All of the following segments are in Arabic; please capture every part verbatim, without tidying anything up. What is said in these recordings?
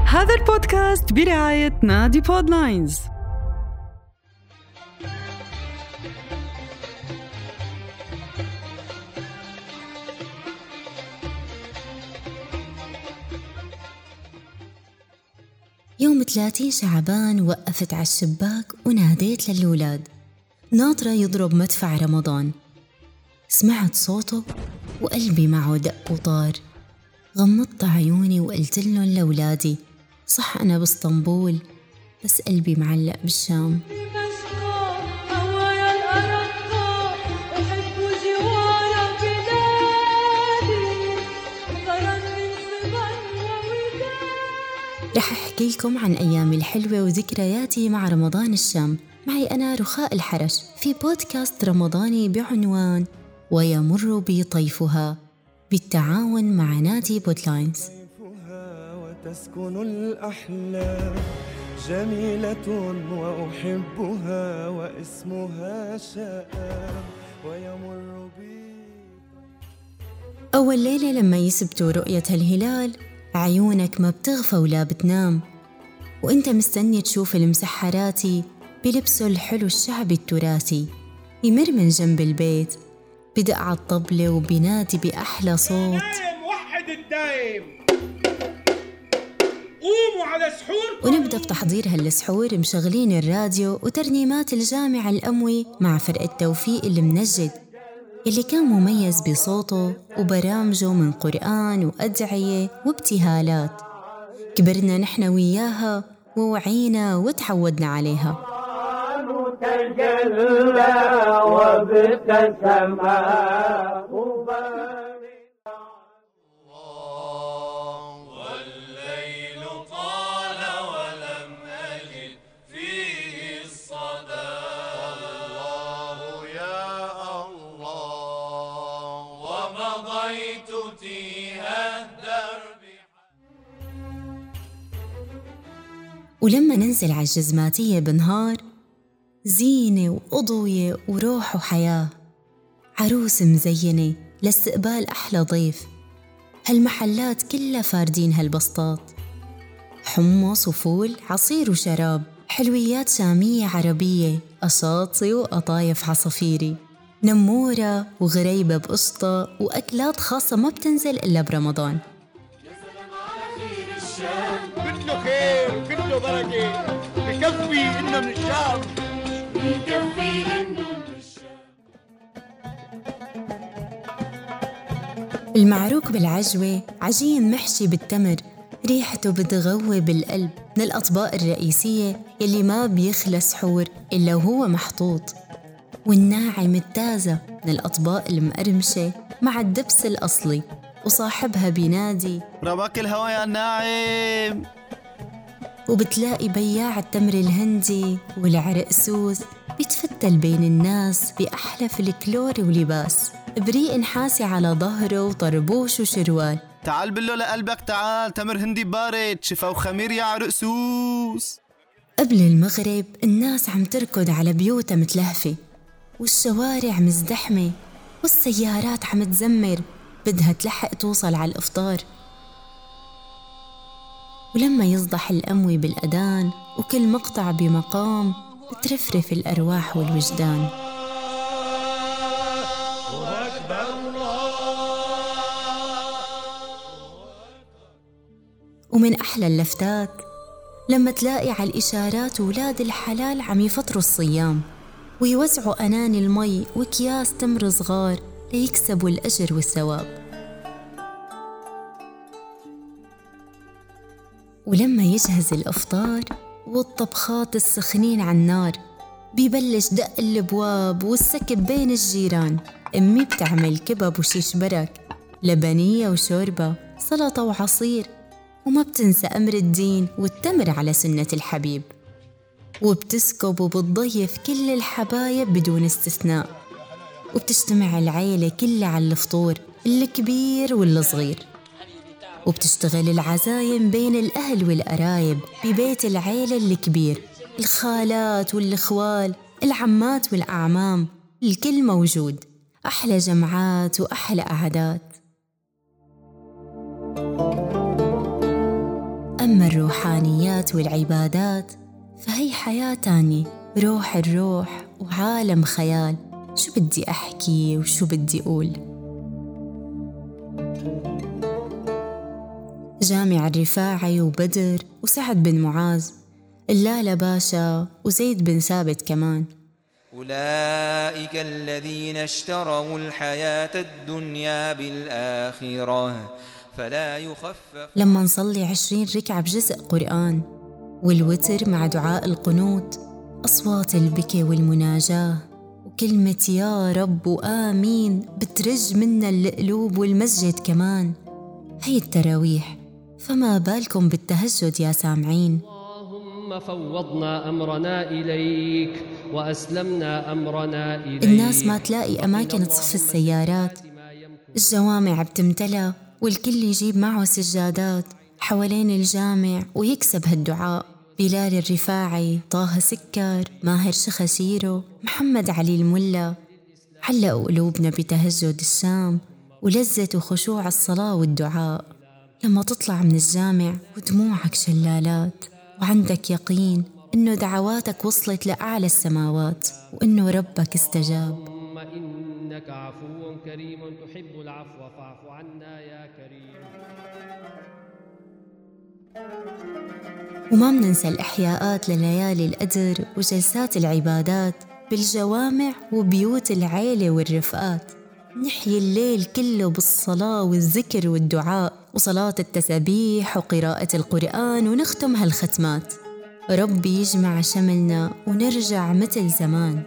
هذا البودكاست برعاية نادي بودلاينز. يوم ثلاثين شعبان وقفت على الشباك وناديت للولاد ناطرة يضرب مدفع رمضان. سمعت صوته وقلبي معه دق وطار. غمضت عيوني وقلت لهم لولادي صح أنا باسطنبول بس قلبي معلق بالشام. رح أحكي لكم عن أيامي الحلوة وذكرياتي مع رمضان الشام. معي أنا رخاء الحرش في بودكاست رمضاني بعنوان ويمر بي طيفها بالتعاون مع نادي بودلاينز. وتسكن الأحلام جميلة وأحبها واسمها شام ويمر بي. أول ليلة لما يثبتوا رؤية الهلال عيونك ما بتغفى ولا بتنام، وإنت مستني تشوف المسحراتي بلبسه الحلو الشعبي التراثي يمر من جنب البيت بدق على الطبلة وبينادي بأحلى صوت دايم وحد الدايم قوموا على سحور. ونبدأ بتحضير هالسحور مشغلين الراديو وترنيمات الجامع الأموي مع فرقة توفيق المنجد اللي كان مميز بصوته وبرامجه من قرآن وأدعية وابتهالات. كبرنا نحن وياها ووعينا وتعودنا عليها. تجلى وابتسم والليل طال ولم أجد فيه الصدى. الله يا الله ومضيت تيها الدرب. ولما ننزل على الجزماتية بنهار زينة وأضوية وروح وحياة. عروس مزينة لاستقبال أحلى ضيف. هالمحلات كلها فاردين هالبسطات، حمص وفول عصير وشراب، حلويات شامية عربية، أشاطي وقطايف عصافيري، نمورة وغريبة بقشطة وأكلات خاصة ما بتنزل إلا برمضان. كله خير وكله بركة بكفي إنه من الشام. المعروك بالعجوة عجين محشي بالتمر ريحته بتغوي بالقلب، من الأطباق الرئيسية يلي ما بيخلى سحور إلا وهو محطوط. والناعم التازة من الأطباق المقرمشة مع الدبس الأصلي وصاحبها بينادي رباك الهوا يا ناعم. وبتلاقي بياع التمر الهندي والعرقسوس بيتفتل بين الناس بأحلى فلكلور ولباس، بريق نحاسي على ظهره وطربوش وشروال. تعال بلو لقلبك تعال، تمر هندي بارد شفا وخمير يا عرقسوس. قبل المغرب الناس عم تركض على بيوتها متلهفة والشوارع مزدحمة والسيارات عم تزمر بدها تلحق توصل على الإفطار. ولما يصدح الأموي بالأذان وكل مقطع بمقام بترفرف الأرواح والوجدان. ومن أحلى اللفتات لما تلاقي على الإشارات ولاد الحلال عم يفطروا الصيام ويوزعوا أناني المي وكياس تمر صغار ليكسبوا الأجر والثواب. ولما يجهز الإفطار والطبخات السخنين على النار بيبلش دق الابواب والسكب بين الجيران. امي بتعمل كبب وشيش برك، لبنية وشوربة، سلطة وعصير، وما بتنسى أمر الدين والتمر على سنة الحبيب. وبتسكب وبتضيف كل الحبايب بدون استثناء، وبتجتمع العيلة كلها على الفطور، الكبير والصغير. وبتشتغل العزايم بين الأهل والقرايب ببيت العيلة الكبير، الخالات والإخوال، العمات والأعمام، الكل موجود. أحلى جمعات وأحلى قعدات. أما الروحانيات والعبادات فهي حياة تانية، روح الروح وعالم خيال. شو بدي أحكي وشو بدي أقول؟ جامع الرفاعي وبدر وسعد بن معاذ، اللالا باشا وزيد بن ثابت كمان. أولئك الذين اشتروا الحياة الدنيا بالآخرة فلا يخفف. لما نصلي عشرين ركعة بجزء قرآن والوتر مع دعاء القنوت، أصوات البكي والمناجاة وكلمة يا رب وآمين بترج منا القلوب والمسجد كمان. هي التراويح، فما بالكم بالتهجد يا سامعين؟ اللهم فوضنا أمرنا إليك وأسلمنا أمرنا إليك. الناس ما تلاقي أماكن تصف السيارات، الجوامع بتمتلى والكل يجيب معه سجادات حوالين الجامع ويكسب هالدعاء. بلال الرفاعي، طه سكر، ماهر شخشيرو، محمد علي الملا علقوا قلوبنا بتهجد الشام ولذة وخشوع الصلاة والدعاء. لما تطلع من الجامع ودموعك شلالات وعندك يقين إنه دعواتك وصلت لأعلى السماوات وإنه ربك استجاب. اللهم إنك عفو كريم تحب العفو فاعف عنا يا كريم. وما مننسى الإحياءات لليالي القدر وجلسات العبادات بالجوامع وبيوت العيلة والرفقات. نحيي الليل كله بالصلاة والذكر والدعاء وصلاة التسبيح وقراءة القرآن ونختم هالختمات. ربي يجمع شملنا ونرجع مثل زمان.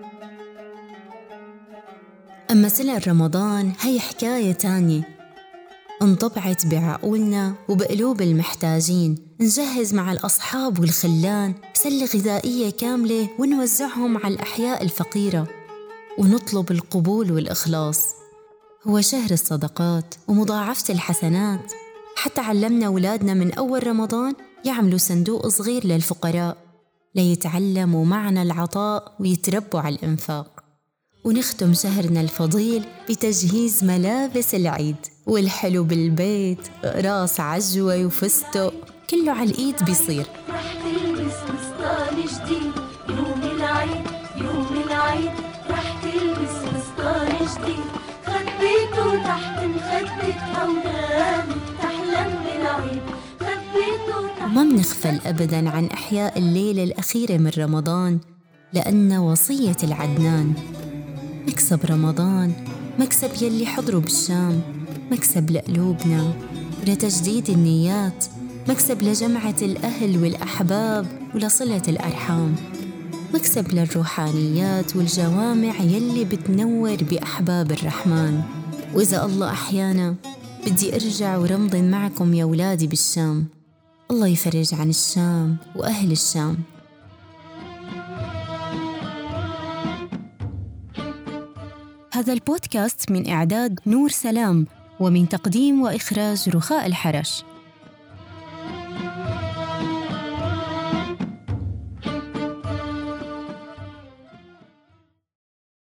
أما سنة رمضان هي حكاية تانية انطبعت بعقولنا وبقلوب المحتاجين. نجهز مع الأصحاب والخلان سلة غذائية كاملة ونوزعهم على الأحياء الفقيرة ونطلب القبول والإخلاص. هو شهر الصدقات ومضاعفة الحسنات. حتى علمنا أولادنا من أول رمضان يعملوا صندوق صغير للفقراء ليتعلموا معنى العطاء ويتربوا على الإنفاق. ونختم شهرنا الفضيل بتجهيز ملابس العيد والحلو بالبيت، راس عجوة وفستق كله على الإيد بيصير. رح تلبس فستان جديد يوم العيد، يوم العيد رح تلبس فستان جديد، خبيته تحت مخدة ونامت تحلم بالعيد، خبيته تحت. وما منغفل أبداً عن إحياء الليلة الأخيرة من رمضان، لأن وصية العدنان مكسب رمضان، مكسب يلي حضروا بالشام، مكسب لقلوبنا ولتجديد النيات، مكسب لجمعة الأهل والأحباب ولصلة الأرحام، مكسب للروحانيات والجوامع يلي بتنور بأحباب الرحمن. وإذا الله أحيانا بدي أرجع ورمضن معكم يا ولادي بالشام. الله يفرج عن الشام وأهل الشام. هذا البودكاست من إعداد نور سلام ومن تقديم وإخراج رخاء الحرش.